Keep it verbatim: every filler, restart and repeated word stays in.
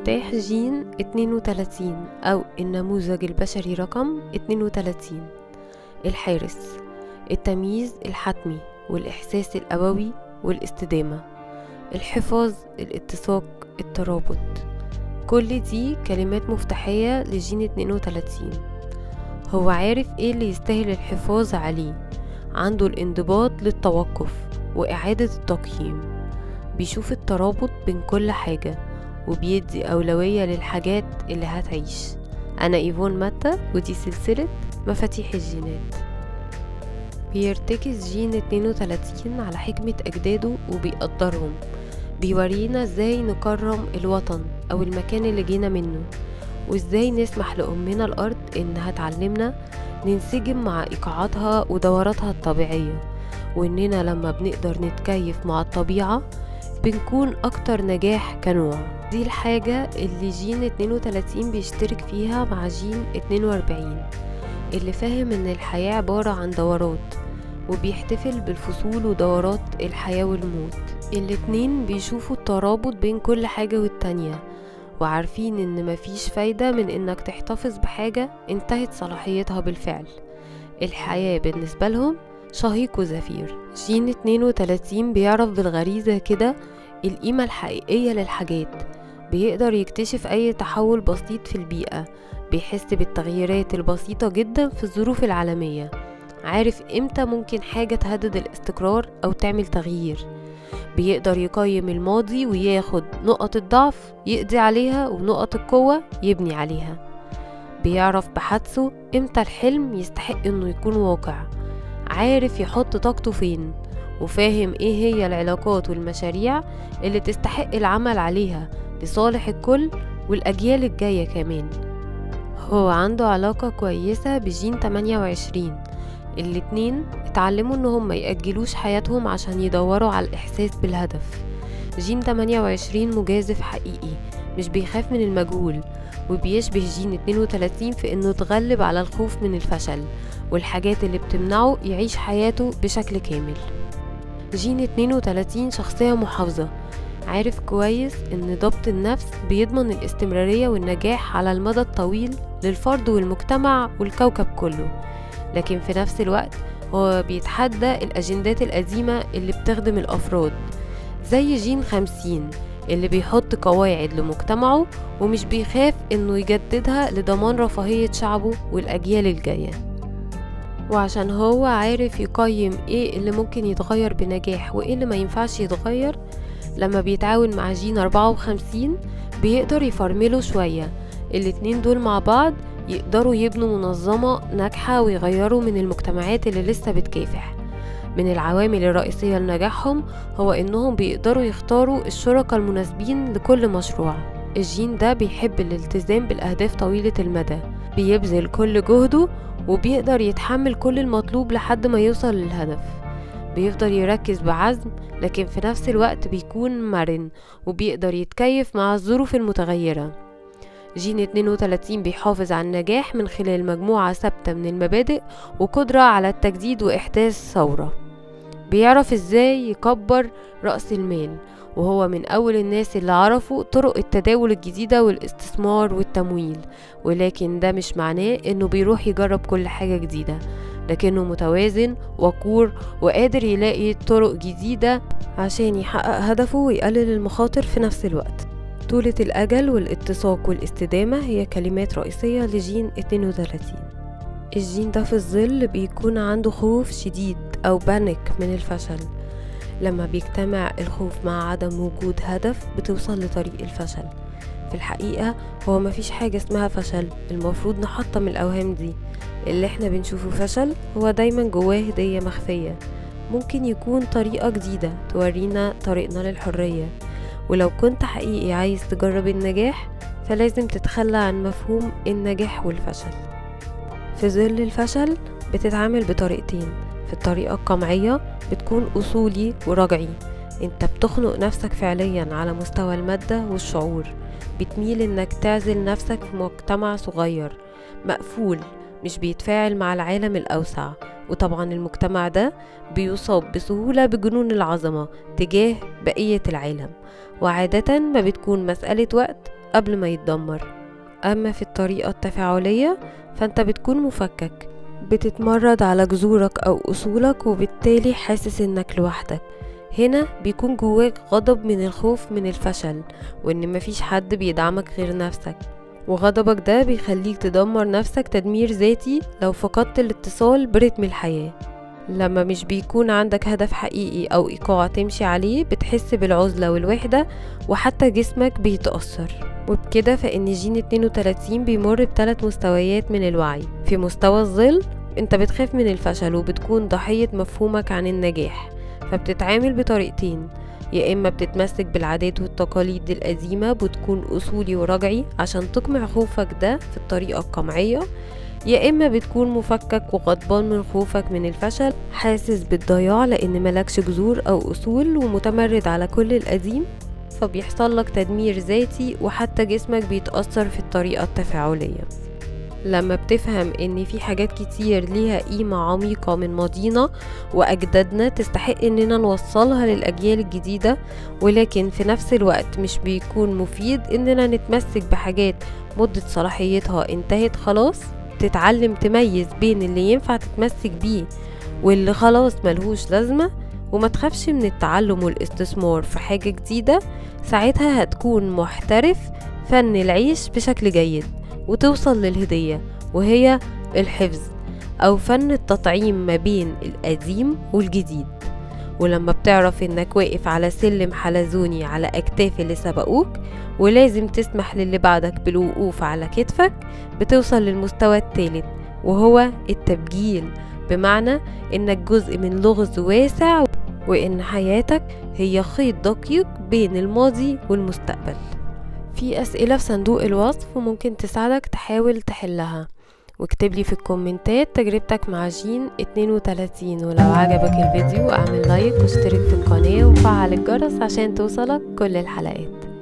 المفتاح جين اتنين وتلاتين أو النموذج البشري رقم اتنين وتلاتين. الحارس، التمييز الحتمي والإحساس الأبوي والاستدامة، الحفاظ، الاتساق، الترابط، كل دي كلمات مفتاحية لجين اتنين وتلاتين. هو عارف ايه اللي يستاهل الحفاظ عليه، عنده الانضباط للتوقف وإعادة التقييم، بيشوف الترابط بين كل حاجة وبيدي أولوية للحاجات اللي هتعيش. أنا إيفون ماتا ودي سلسلة مفاتيح الجينات. بيرتكز جين اتنين وتلاتين على حكمة أجداده وبيقدرهم، بيورينا ازاي نكرم الوطن أو المكان اللي جينا منه، وازاي نسمح لأمنا الأرض إنها تعلمنا ننسجم مع إيقاعاتها ودوراتها الطبيعية، وإننا لما بنقدر نتكيف مع الطبيعة بنكون أكتر نجاح كنوع. دي الحاجة اللي جين اتنين وتلاتين بيشترك فيها مع جين اتنين وأربعين، اللي فاهم إن الحياة عبارة عن دورات وبيحتفل بالفصول ودورات الحياة والموت. الاتنين بيشوفوا الترابط بين كل حاجة والتانية، وعارفين إن مفيش فايدة من إنك تحتفظ بحاجة انتهت صلاحيتها بالفعل. الحياة بالنسبة لهم شهيق وزفير. جين اتنين وتلاتين بيعرف بالغريزة كده القيمة الحقيقية للحاجات، بيقدر يكتشف أي تحول بسيط في البيئة، بيحس بالتغييرات البسيطة جدا في الظروف العالمية، عارف امتى ممكن حاجة تهدد الاستقرار أو تعمل تغيير، بيقدر يقيم الماضي وياخد نقط الضعف يقضي عليها ونقط القوة يبني عليها، بيعرف بحدسه امتى الحلم يستحق انه يكون واقع، عارف يحط طاقته فين، وفاهم ايه هي العلاقات والمشاريع اللي تستحق العمل عليها لصالح الكل والأجيال الجاية كمان. هو عنده علاقة كويسة بجين تمانية وعشرين. الاتنين اتعلموا ان هم يأجلوش حياتهم عشان يدوروا على الإحساس بالهدف. جين تمانية وعشرين مجازف حقيقي، مش بيخاف من المجهول، وبيشبه جين اتنين وتلاتين في انه تغلب على الخوف من الفشل والحاجات اللي بتمنعه يعيش حياته بشكل كامل. جين اتنين وتلاتين شخصية محافظة، عارف كويس ان ضبط النفس بيضمن الاستمرارية والنجاح على المدى الطويل للفرد والمجتمع والكوكب كله، لكن في نفس الوقت هو بيتحدى الأجندات القديمة اللي بتخدم الأفراد، زي جين خمسين اللي بيحط قواعد لمجتمعه ومش بيخاف انه يجددها لضمان رفاهية شعبه والأجيال الجاية. وعشان هو عارف يقيم ايه اللي ممكن يتغير بنجاح وايه اللي ما ينفعش يتغير، لما بيتعاون مع جين أربعة وخمسين بيقدر يفرمله شوية. الاتنين دول مع بعض يقدروا يبنوا منظمة ناجحة ويغيروا من المجتمعات اللي لسه بتكافح. من العوامل الرئيسية لنجاحهم هو انهم بيقدروا يختاروا الشركاء المناسبين لكل مشروع. الجين ده بيحب الالتزام بالأهداف طويلة المدى، بيبذل كل جهده وبيقدر يتحمل كل المطلوب لحد ما يوصل للهدف، بيفضل يركز بعزم لكن في نفس الوقت بيكون مرن وبيقدر يتكيف مع الظروف المتغيرة. جين اتنين وتلاتين بيحافظ على النجاح من خلال مجموعة ثابتة من المبادئ وقدرة على التجديد وإحداث ثورة. بيعرف ازاي يكبر رأس المال، وهو من أول الناس اللي عرفوا طرق التداول الجديدة والاستثمار والتمويل، ولكن ده مش معناه انه بيروح يجرب كل حاجة جديدة، لكنه متوازن وقور وقادر يلاقي طرق جديدة عشان يحقق هدفه ويقلل المخاطر في نفس الوقت. طولة الأجل والاتساق والاستدامة هي كلمات رئيسية لجين اتنين وتلاتين. الجين ده في الظل بيكون عنده خوف شديد أو بانيك من الفشل. لما بيجتمع الخوف مع عدم وجود هدف بتوصل لطريق الفشل. في الحقيقة هو مفيش حاجة اسمها فشل، المفروض نحطم الأوهام دي. اللي احنا بنشوفه فشل هو دايما جواه هدية مخفية، ممكن يكون طريقة جديدة تورينا طريقنا للحرية. ولو كنت حقيقي عايز تجرب النجاح فلازم تتخلى عن مفهوم النجاح والفشل. في ظل الفشل بتتعامل بطريقتين. في الطريقة القمعية بتكون أصولي ورجعي، انت بتخنق نفسك فعليا على مستوى المادة والشعور، بتميل انك تعزل نفسك في مجتمع صغير مقفول مش بيتفاعل مع العالم الأوسع، وطبعا المجتمع ده بيصاب بسهولة بجنون العظمة تجاه بقية العالم، وعادة ما بتكون مسألة وقت قبل ما يتدمر. أما في الطريقة التفاعلية فأنت بتكون مفكك، بتتمرد على جذورك أو أصولك، وبالتالي حاسس إنك لوحدك. هنا بيكون جواك غضب من الخوف من الفشل، وإن مفيش حد بيدعمك غير نفسك، وغضبك ده بيخليك تدمر نفسك تدمير ذاتي لو فقدت الاتصال برتم الحياة. لما مش بيكون عندك هدف حقيقي أو إيقاع تمشي عليه بتحس بالعزلة والوحدة، وحتى جسمك بيتأثر. وبكده فإن جين اتنين وتلاتين بيمر بثلاث مستويات من الوعي. في مستوى الظل انت بتخاف من الفشل وبتكون ضحية مفهومك عن النجاح، فبتتعامل بطريقتين: يا إما بتتمسك بالعادات والتقاليد القديمة، بتكون أصولي ورجعي عشان تقمع خوفك ده في الطريقة القمعية، يا إما بتكون مفكك وغضبان من خوفك من الفشل، حاسس بالضياع لأن ملكش جذور أو أصول، ومتمرد على كل القديم، فبيحصل لك تدمير ذاتي، وحتى جسمك بيتأثر في الطريقة التفاعلية. لما بتفهم ان في حاجات كتير ليها قيمة عميقة من ماضينا واجدادنا تستحق اننا نوصلها للاجيال الجديدة، ولكن في نفس الوقت مش بيكون مفيد اننا نتمسك بحاجات مدة صلاحيتها انتهت خلاص، تتعلم تميز بين اللي ينفع تتمسك بيه واللي خلاص ملهوش لازمة، وما تخافش من التعلم والاستثمار في حاجة جديدة. ساعتها هتكون محترف فن العيش بشكل جيد، وتوصل للهدية وهي الحفظ، أو فن التطعيم ما بين القديم والجديد. ولما بتعرف انك واقف على سلم حلزوني على أكتاف اللي سبقوك، ولازم تسمح للي بعدك بالوقوف على كتفك، بتوصل للمستوى الثالث وهو التبجيل، بمعنى انك جزء من لغز واسع، وان حياتك هي خيط دقيق بين الماضي والمستقبل. في أسئلة في صندوق الوصف وممكن تساعدك تحاول تحلها، واكتب لي في الكومنتات تجربتك مع جين اتنين وتلاتين. ولو عجبك الفيديو اعمل لايك واشترك في القناة وفعل الجرس عشان توصلك كل الحلقات.